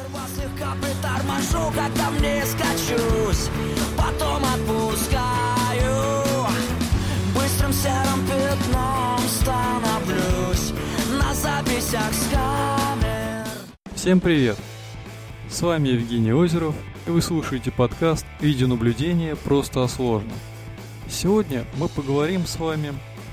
Сперва слегка приторможу, когда мне скачусь, потом отпускаю. Быстрым серым пятном становлюсь на записях с камер. Всем привет! С вами Евгений Озеров, и вы слушаете подкаст «Видеонаблюдение просто о сложном». Сегодня мы поговорим с вами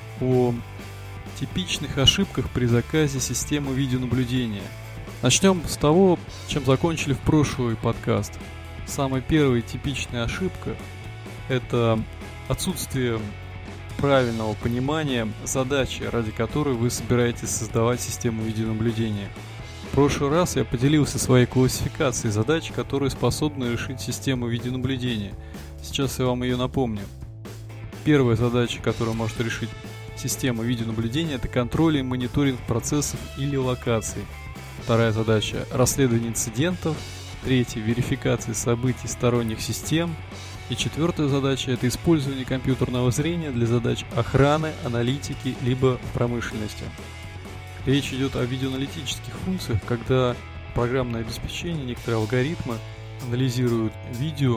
о типичных ошибках при заказе системы видеонаблюдения. Начнем с того, чем закончили в прошлый подкаст. Самая первая типичная ошибка – это отсутствие правильного понимания задачи, ради которой вы собираетесь создавать систему видеонаблюдения. В прошлый раз я поделился своей классификацией задач, которые способны решить систему видеонаблюдения. Сейчас я вам ее напомню. Первая задача, которую может решить система видеонаблюдения, это контроль и мониторинг процессов или локаций. Вторая задача – расследование инцидентов. Третья – верификация событий сторонних систем. И четвертая задача – это использование компьютерного зрения для задач охраны, аналитики, либо в промышленности. Речь идет о видеоаналитических функциях, когда программное обеспечение, некоторые алгоритмы анализируют видео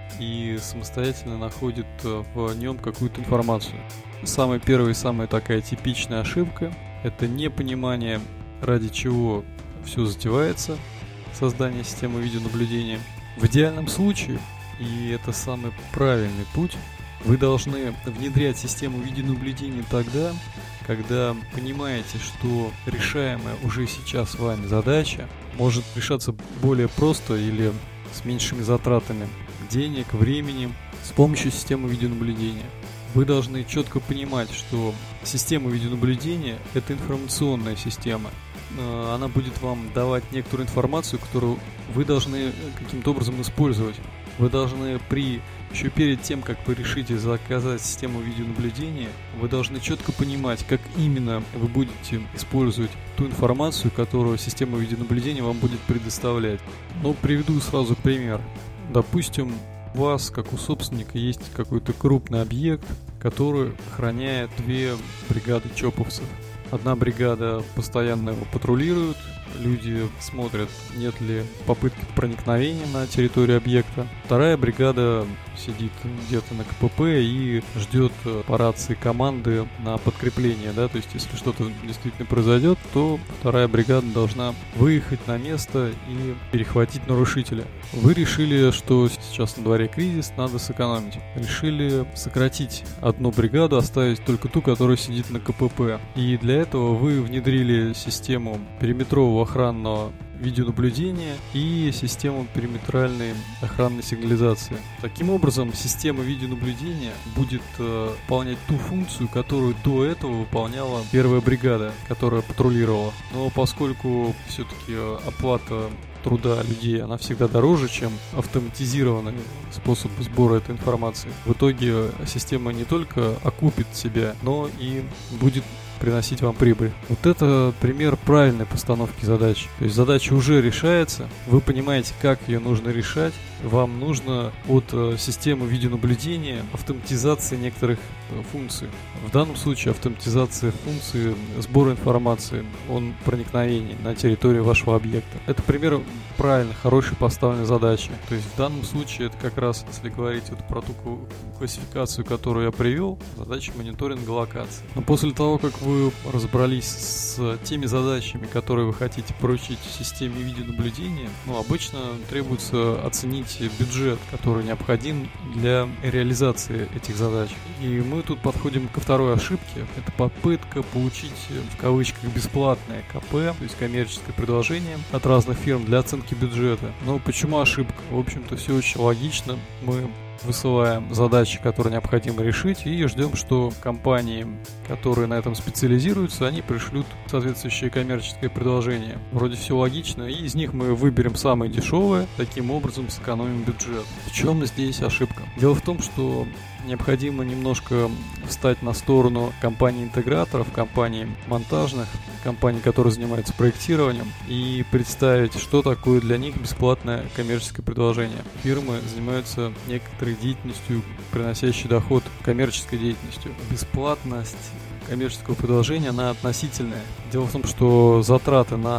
и самостоятельно находят в нем какую-то информацию. Самая первая и самая такая типичная ошибка – это непонимание, ради чего все затевается, создание системы видеонаблюдения. В идеальном случае, и это самый правильный путь, вы должны внедрять систему видеонаблюдения тогда, когда понимаете, что решаемая уже сейчас вами задача может решаться более просто или с меньшими затратами денег, времени с помощью системы видеонаблюдения. Вы должны четко понимать, что система видеонаблюдения – это информационная система. Она будет вам давать некоторую информацию, которую вы должны каким-то образом использовать. Вы должны еще перед тем, как вы решите заказать систему видеонаблюдения, вы должны четко понимать, как именно вы будете использовать ту информацию, которую система видеонаблюдения вам будет предоставлять. Но приведу сразу пример. Допустим, у вас, как у собственника, есть какой-то крупный объект, который охраняет две бригады чоповцев. Одна бригада постоянно его патрулирует, люди смотрят, нет ли попытки проникновения на территорию объекта. Вторая бригада сидит где-то на КПП и ждет по рации команды на подкрепление, да, то есть если что-то действительно произойдет, то вторая бригада должна выехать на место и перехватить нарушителя. Вы решили, что сейчас на дворе кризис, надо сэкономить. Решили сократить одну бригаду, оставить только ту, которая сидит на КПП. И для этого вы внедрили систему периметрового охранного видеонаблюдения и систему периметральной охранной сигнализации. Таким образом, система видеонаблюдения будет выполнять ту функцию, которую до этого выполняла первая бригада, которая патрулировала. Но поскольку все-таки оплата труда людей, она всегда дороже, чем автоматизированный способ сбора этой информации. В итоге система не только окупит себя, но и будет приносить вам прибыль. Вот это пример правильной постановки задачи. То есть задача уже решается, вы понимаете, как ее нужно решать. Вам нужно от системы видеонаблюдения автоматизация некоторых функций. В данном случае автоматизация функции сбора информации о проникновении на территорию вашего объекта. Это пример правильно, хорошей поставленной задачи. То есть в данном случае это как раз, если говорить вот про ту классификацию, которую я привел, задача мониторинга локации. Но после того, как вы разобрались с теми задачами, которые вы хотите поручить системе видеонаблюдения, обычно требуется оценить бюджет, который необходим для реализации этих задач. И мы тут подходим ко второй ошибке. Это попытка получить, в кавычках, бесплатное КП, то есть коммерческое предложение от разных фирм для оценки бюджета. Но почему ошибка? В общем-то, все очень логично. Мы высылаем задачи, которые необходимо решить, и ждем, что компании, которые на этом специализируются, они пришлют соответствующее коммерческое предложение. Вроде все логично, и из них мы выберем самое дешевое, таким образом сэкономим бюджет. В чем здесь ошибка? Дело в том, что необходимо немножко встать на сторону компаний-интеграторов, компаний монтажных, компаний, которые занимаются проектированием, и представить, что такое для них бесплатное коммерческое предложение. Фирмы занимаются некоторой деятельностью, приносящей доход, коммерческой деятельностью. Бесплатность коммерческого предложения, она относительная. Дело в том, что затраты на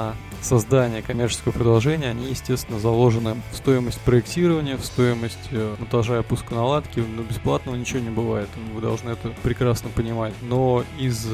создания коммерческого предложения, они, естественно, заложены в стоимость проектирования, в стоимость монтажа и пусконаладки, но бесплатного ничего не бывает, вы должны это прекрасно понимать. Но из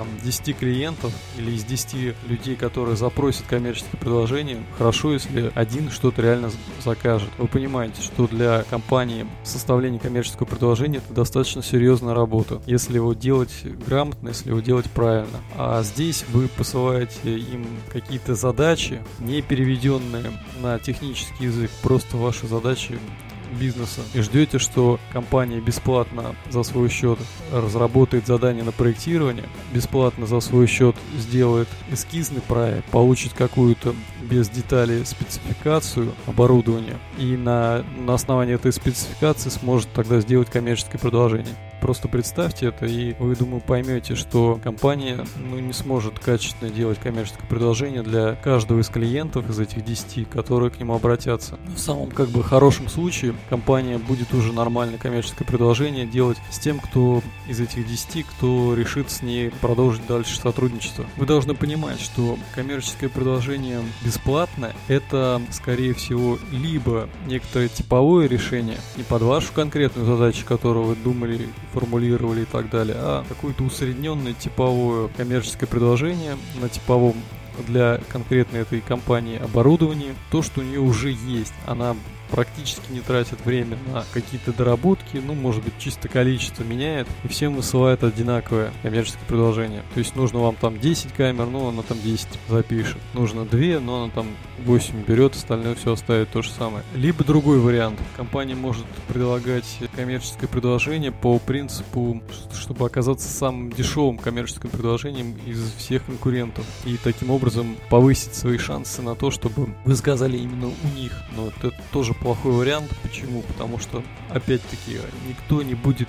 10 клиентов или из 10 людей, которые запросят коммерческое предложение, хорошо, если один что-то реально закажет. Вы понимаете, что для компании составление коммерческого предложения — это достаточно серьезная работа, если его делать грамотно, если его делать правильно. А здесь вы посылаете им какие-то задачи, не переведенные на технический язык, просто ваши задачи бизнеса, и ждете, что компания бесплатно за свой счет разработает задание на проектирование, бесплатно за свой счет сделает эскизный проект, получит какую-то без деталей спецификацию оборудования и на основании этой спецификации сможет тогда сделать коммерческое предложение. Просто представьте это, и вы, думаю, поймете, что компания не сможет качественно делать коммерческое предложение для каждого из клиентов из этих 10, которые к нему обратятся. В самом хорошем случае компания будет уже нормальное коммерческое предложение делать с тем, кто из этих 10, кто решит с ней продолжить дальше сотрудничество. Вы должны понимать, что коммерческое предложение бесплатное — это, скорее всего, либо некоторое типовое решение, не под вашу конкретную задачу, которую вы думали, формулировали и так далее, а какое-то усредненное типовое коммерческое предложение на типовом для конкретной этой компании оборудовании, то, что у нее уже есть. Она практически не тратит время на какие-то доработки, может быть, чисто количество меняет, и всем высылает одинаковое коммерческое предложение. То есть нужно вам 10 камер, она 10 запишет. Нужно 2, но она 8 берет, остальное все оставит то же самое. Либо другой вариант. Компания может предлагать коммерческое предложение по принципу, чтобы оказаться самым дешевым коммерческим предложением из всех конкурентов. И таким образом повысить свои шансы на то, чтобы вы заказали именно у них. Но это тоже плохой вариант. Почему? Потому что, опять-таки, никто не будет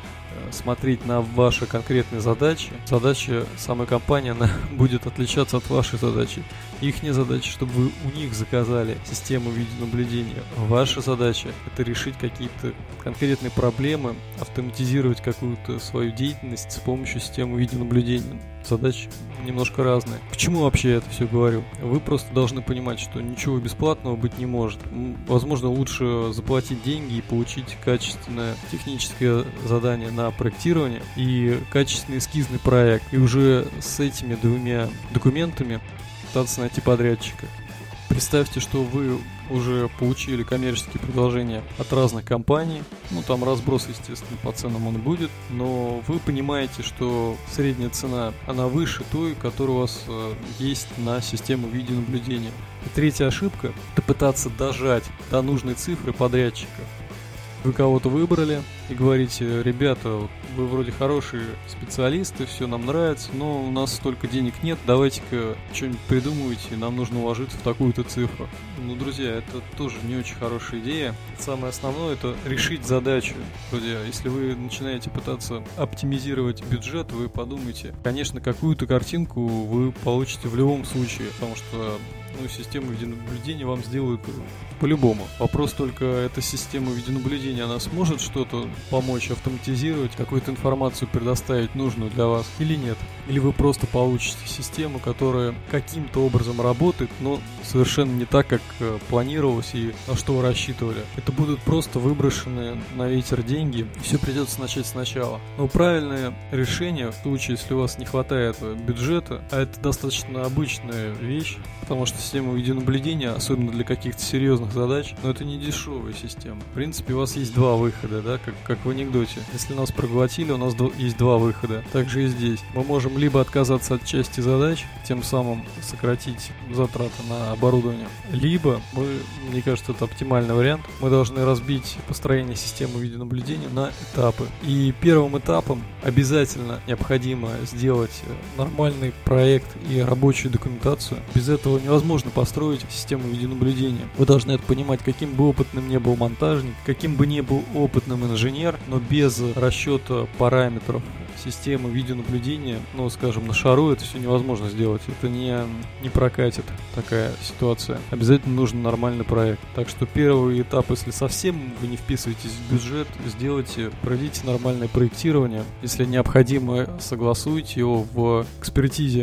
смотреть на ваши конкретные задачи. Задача самой компании, она будет отличаться от вашей задачи. Ихняя задача, чтобы вы у них заказали систему видеонаблюдения. Ваша задача — это решить какие-то конкретные проблемы, автоматизировать какую-то свою деятельность с помощью системы видеонаблюдения. Задачи немножко разные. Почему вообще я это все говорю? Вы просто должны понимать, что ничего бесплатного быть не может. Возможно, лучше заплатить деньги и получить качественное техническое задание на проектирование и качественный эскизный проект. И уже с этими 2 документами пытаться найти подрядчика. Представьте, что вы уже получили коммерческие предложения от разных компаний. Там разброс, естественно, по ценам он будет, но вы понимаете, что средняя цена, она выше той, которая у вас есть на систему видеонаблюдения. И третья ошибка — это пытаться дожать до нужной цифры подрядчика. Вы кого-то выбрали и говорите: ребята, вы вроде хорошие специалисты, все нам нравится, но у нас столько денег нет, давайте-ка что-нибудь придумывайте, нам нужно уложиться в такую-то цифру. Друзья, это тоже не очень хорошая идея. Самое основное — это решить задачу. Друзья, если вы начинаете пытаться оптимизировать бюджет, вы подумайте, конечно, какую-то картинку вы получите в любом случае, потому что систему видеонаблюдения вам сделают по-любому. Вопрос только, эта система видеонаблюдения, она сможет что-то помочь автоматизировать, какую-то информацию предоставить нужную для вас или нет? Или вы просто получите систему, которая каким-то образом работает, но совершенно не так, как планировалось и на что вы рассчитывали. Это будут просто выброшенные на ветер деньги, и все придется начать сначала. Но правильное решение в случае, если у вас не хватает бюджета, а это достаточно обычная вещь, потому что система видеонаблюдения, особенно для каких-то серьезных задач, но это не дешевая система. В принципе, у вас есть 2 выхода, да, как в анекдоте. Если нас проглотили, у нас есть 2 выхода. Также и здесь. Мы можем либо отказаться от части задач, тем самым сократить затраты на оборудование, либо мне кажется, это оптимальный вариант, мы должны разбить построение системы видеонаблюдения на этапы. И первым этапом обязательно необходимо сделать нормальный проект и рабочую документацию. Без этого невозможно построить систему видеонаблюдения. Вы должны это понимать, каким бы опытным ни был монтажник, каким бы ни был опытным инженер, но без расчета параметров системы видеонаблюдения, скажем, на шару это все невозможно сделать. Это не прокатит такая ситуация. Обязательно нужен нормальный проект. Так что первый этап, если совсем вы не вписываетесь в бюджет, проведите нормальное проектирование. Если необходимо, согласуйте его в экспертизе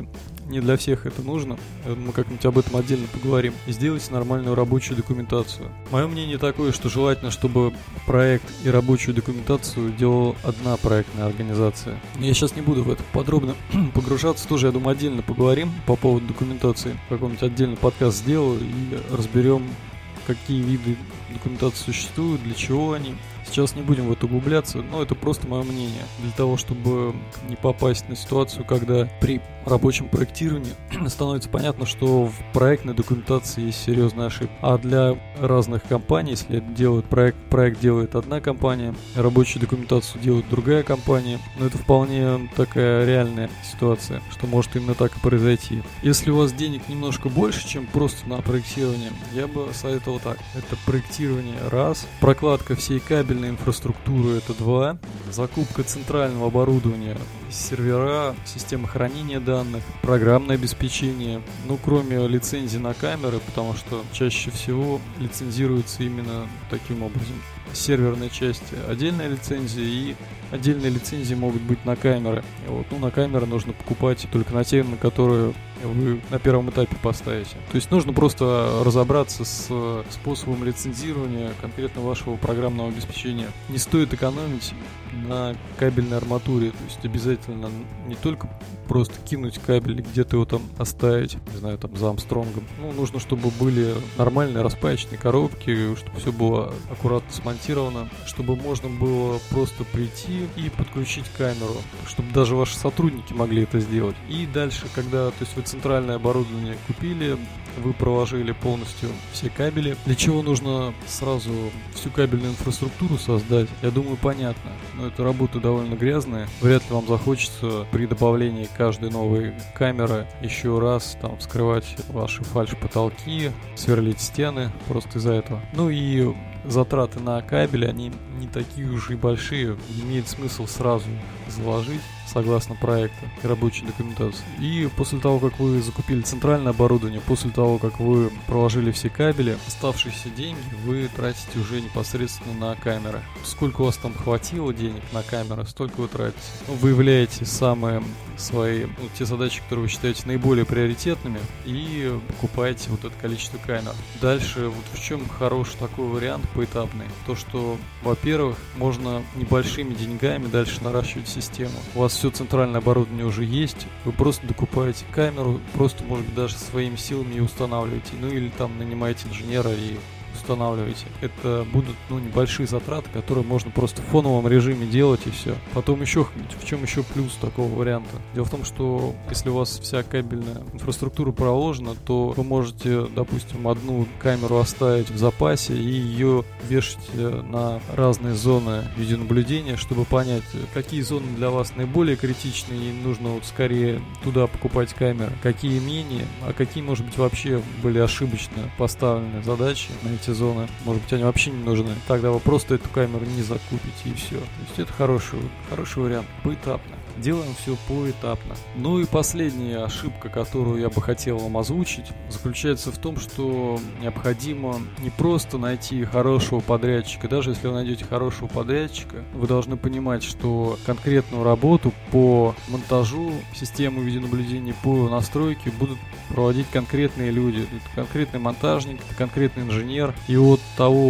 не для всех это нужно. Мы как-нибудь об этом отдельно поговорим. И сделайте нормальную рабочую документацию. Мое мнение такое, что желательно, чтобы проект и рабочую документацию делала одна проектная организация. Я сейчас не буду в это подробно погружаться. Тоже, я думаю, отдельно поговорим по поводу документации. Какой-нибудь отдельный подкаст сделаю и разберем, какие виды документации существуют, для чего они. Сейчас не будем в это углубляться, но это просто мое мнение. Для того, чтобы не попасть на ситуацию, когда при рабочем проектировании становится понятно, что в проектной документации есть серьезная ошибка. А для разных компаний, если делают проект делает одна компания, рабочую документацию делает другая компания, но это вполне такая реальная ситуация, что может именно так и произойти. Если у вас денег немножко больше, чем просто на проектирование, я бы советовал так. Это проектирование раз, прокладка всей кабельной инфраструктуры это 2, закупка центрального оборудования, сервера, системы хранения данных, программное обеспечение, кроме лицензии на камеры, потому что чаще всего лицензируется именно таким образом. Серверная часть отдельная лицензия, и отдельные лицензии могут быть на камеры. На камеры нужно покупать только на те, на которые вы на первом этапе поставите. То есть нужно просто разобраться с способом лицензирования конкретно вашего программного обеспечения. Не стоит экономить на кабельной арматуре, то есть обязательно не только просто кинуть кабель и где-то его там оставить, не знаю, там за Армстронгом. Нужно, чтобы были нормальные распаечные коробки, чтобы все было аккуратно смонтировано, чтобы можно было просто прийти и подключить камеру, чтобы даже ваши сотрудники могли это сделать. И дальше, когда, то есть вы центральное оборудование купили, вы проложили полностью все кабели. Для чего нужно сразу всю кабельную инфраструктуру создать, я думаю, понятно. Но эта работа довольно грязная. Вряд ли вам захочется при добавлении каждой новой камеры еще раз там вскрывать ваши фальш-потолки, сверлить стены просто из-за этого. И затраты на кабели, они не такие уж и большие. Имеет смысл сразу заложить согласно проекту и рабочей документации. И после того, как вы закупили центральное оборудование, после того, как вы проложили все кабели, оставшиеся деньги вы тратите уже непосредственно на камеры. Сколько у вас там хватило денег на камеры, столько вы тратите. Выявляете самые свои, те задачи, которые вы считаете наиболее приоритетными, и покупаете это количество камер. Дальше, в чем хороший такой вариант поэтапный, то что, во-первых, можно небольшими деньгами дальше наращивать систему. У вас все центральное оборудование уже есть, вы просто докупаете камеру, просто, может быть, даже своими силами и устанавливаете, или там нанимаете инженера и устанавливаете. Это будут небольшие затраты, которые можно просто в фоновом режиме делать, и все. Потом в чем еще плюс такого варианта? Дело в том, что если у вас вся кабельная инфраструктура проложена, то вы можете, допустим, одну камеру оставить в запасе и ее вешать на разные зоны видеонаблюдения, чтобы понять, какие зоны для вас наиболее критичные, и нужно скорее туда покупать камеры, какие менее, а какие, может быть, вообще были ошибочно поставлены задачи на эти зоны. Может быть, они вообще не нужны. Тогда вы просто эту камеру не закупите, и все. То есть это хороший вариант. Поэтапно. Делаем все поэтапно. И последняя ошибка, которую я бы хотел вам озвучить, заключается в том, что необходимо не просто найти хорошего подрядчика. Даже если вы найдете хорошего подрядчика, вы должны понимать, что конкретную работу по монтажу системы видеонаблюдения, по настройке будут проводить конкретные люди. Это конкретный монтажник, это конкретный инженер. И от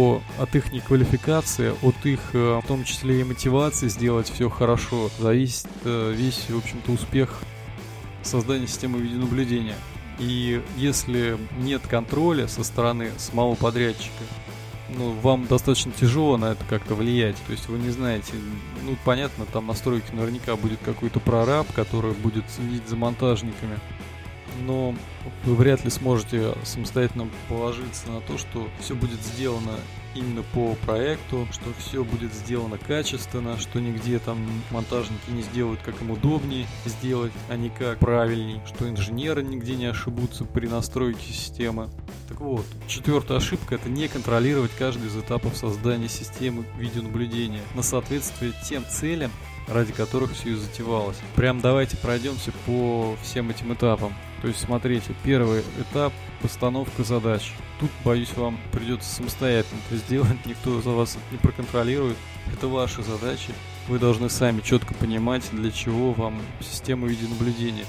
их квалификации, от их, в том числе и мотивации сделать все хорошо, зависит весь, в общем-то, успех создания системы видеонаблюдения. И если нет контроля со стороны самого подрядчика, вам достаточно тяжело на это как-то влиять. То есть вы не знаете, понятно, там настройки наверняка будет какой-то прораб, который будет следить за монтажниками, но вы вряд ли сможете самостоятельно положиться на то, что все будет сделано именно по проекту, что все будет сделано качественно, что нигде там монтажники не сделают, как им удобнее сделать, а не как правильней, что инженеры нигде не ошибутся при настройке системы. Так вот, четвертая ошибка — это не контролировать каждый из этапов создания системы видеонаблюдения на соответствие тем целям, ради которых все и затевалось. Прям давайте пройдемся по всем этим этапам. То есть, смотрите, первый этап — постановка задач. Тут, боюсь, вам придется самостоятельно это сделать, никто за вас не проконтролирует. Это ваши задачи. Вы должны сами четко понимать, для чего вам система видеонаблюдения.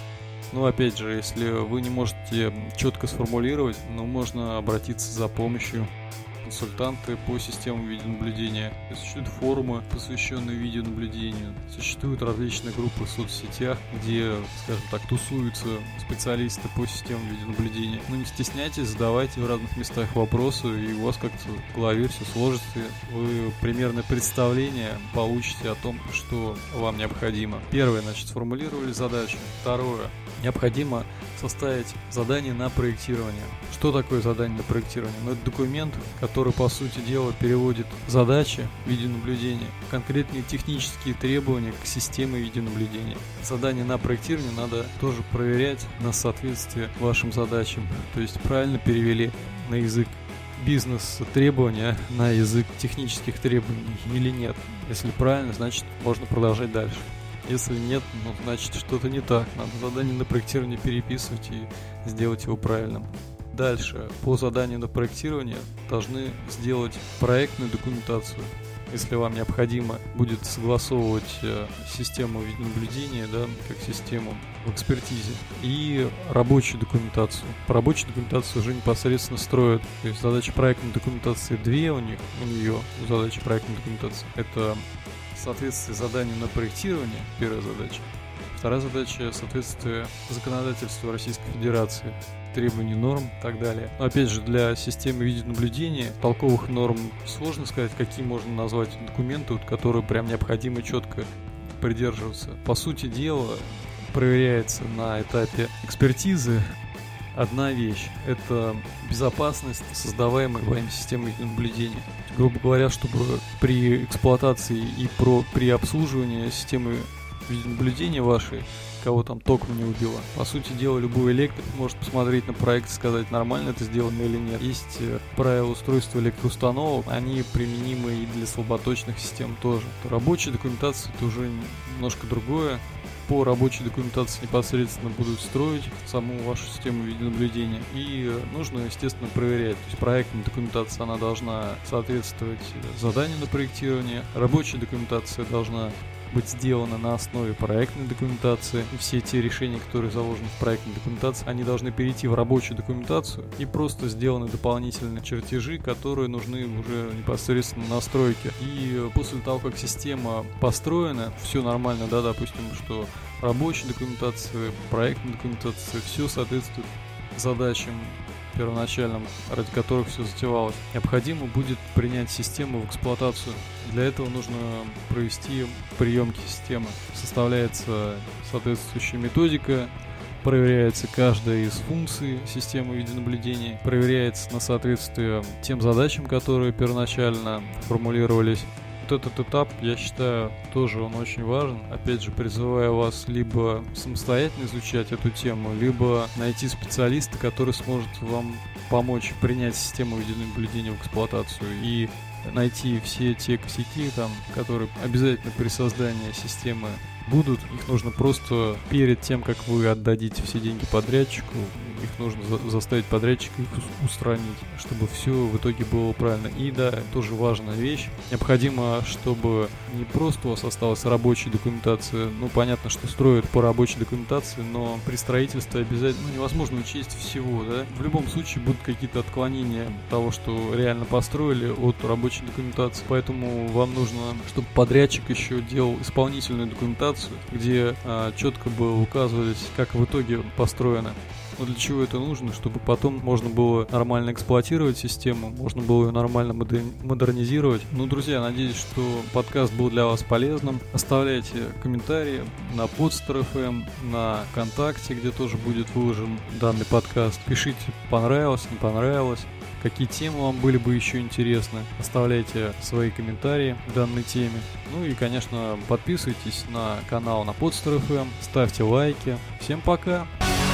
Но опять же, если вы не можете четко сформулировать, можно обратиться за помощью. Консультанты по системам видеонаблюдения. Существуют форумы, посвященные видеонаблюдению. Существуют различные группы в соцсетях, где, скажем так, тусуются специалисты по системам видеонаблюдения. Не стесняйтесь, задавайте в разных местах вопросы, и у вас как-то в голове все сложится. Вы примерное представление получите о том, что вам необходимо. Первое, сформулировали задачу. Второе, необходимо составить задание на проектирование. Что такое задание на проектирование? Это документ, который, по сути дела, переводит задачи видеонаблюдения в конкретные технические требования к системе видеонаблюдения. Задание на проектирование надо тоже проверять на соответствие вашим задачам. То есть правильно перевели на язык бизнес-требования на язык технических требований или нет. Если правильно, значит можно продолжать дальше. Если нет, значит что-то не так. Надо задание на проектирование переписывать и сделать его правильным. Дальше, по заданию на проектирование должны сделать проектную документацию. Если вам необходимо будет согласовывать систему видеонаблюдения, как систему в экспертизе, и рабочую документацию. По рабочей документации уже непосредственно строят. То есть задача проектной документации две у нее задача проектной документации. Это соответствие заданию на проектирование, первая задача. Вторая задача — соответствие законодательству Российской Федерации, требований, норм и так далее. Но опять же, для системы видеонаблюдения толковых норм сложно сказать, какие можно назвать документы, которые прям необходимо четко придерживаться. По сути дела, проверяется на этапе экспертизы одна вещь – это безопасность создаваемой вами системы видеонаблюдения. Грубо говоря, чтобы при эксплуатации и при обслуживании системы видеонаблюдения вашей кого там током не убило. По сути дела, любой электрик может посмотреть на проект и сказать, нормально это сделано или нет. Есть правила устройства электроустановок, они применимы и для слаботочных систем тоже. Рабочая документация – это уже немножко другое. По рабочей документации непосредственно будут строить саму вашу систему видеонаблюдения. И нужно, естественно, проверять. То есть проектная документация, она должна соответствовать заданию на проектирование. Рабочая документация должна быть сделана на основе проектной документации. И все те решения, которые заложены в проектной документации, они должны перейти в рабочую документацию и просто сделаны дополнительные чертежи, которые нужны уже непосредственно на настройке. И после того, как система построена, все нормально, допустим, что рабочая документация, проектная документация, все соответствует задачам первоначальным, ради которых все затевалось. Необходимо будет принять систему в эксплуатацию. Для этого нужно провести приемки системы. Составляется соответствующая методика, проверяется каждая из функций системы видеонаблюдения, проверяется на соответствие тем задачам, которые первоначально формулировались. Этот этап, я считаю, тоже он очень важен. Опять же, призываю вас либо самостоятельно изучать эту тему, либо найти специалиста, который сможет вам помочь принять систему видеонаблюдения в эксплуатацию и найти все те косяки, которые обязательно при создании системы будут. Их нужно просто перед тем, как вы отдадите все деньги подрядчику, их нужно заставить подрядчика их устранить, чтобы все в итоге было правильно. И тоже важная вещь. Необходимо, чтобы не просто у вас осталась рабочая документация. Понятно, что строят по рабочей документации, но при строительстве обязательно невозможно учесть всего, В любом случае будут какие-то отклонения того, что реально построили от рабочей документации. Поэтому вам нужно, чтобы подрядчик еще делал исполнительную документацию, где четко бы указывались, как в итоге построено. Но для чего это нужно? Чтобы потом можно было нормально эксплуатировать систему, можно было ее нормально модернизировать. Друзья, надеюсь, что подкаст был для вас полезным. Оставляйте комментарии на Podster.fm, на ВКонтакте, где тоже будет выложен данный подкаст. Пишите, понравилось, не понравилось. Какие темы вам были бы еще интересны. Оставляйте свои комментарии к данной теме. И, конечно, подписывайтесь на канал на Podster.fm, ставьте лайки. Всем пока!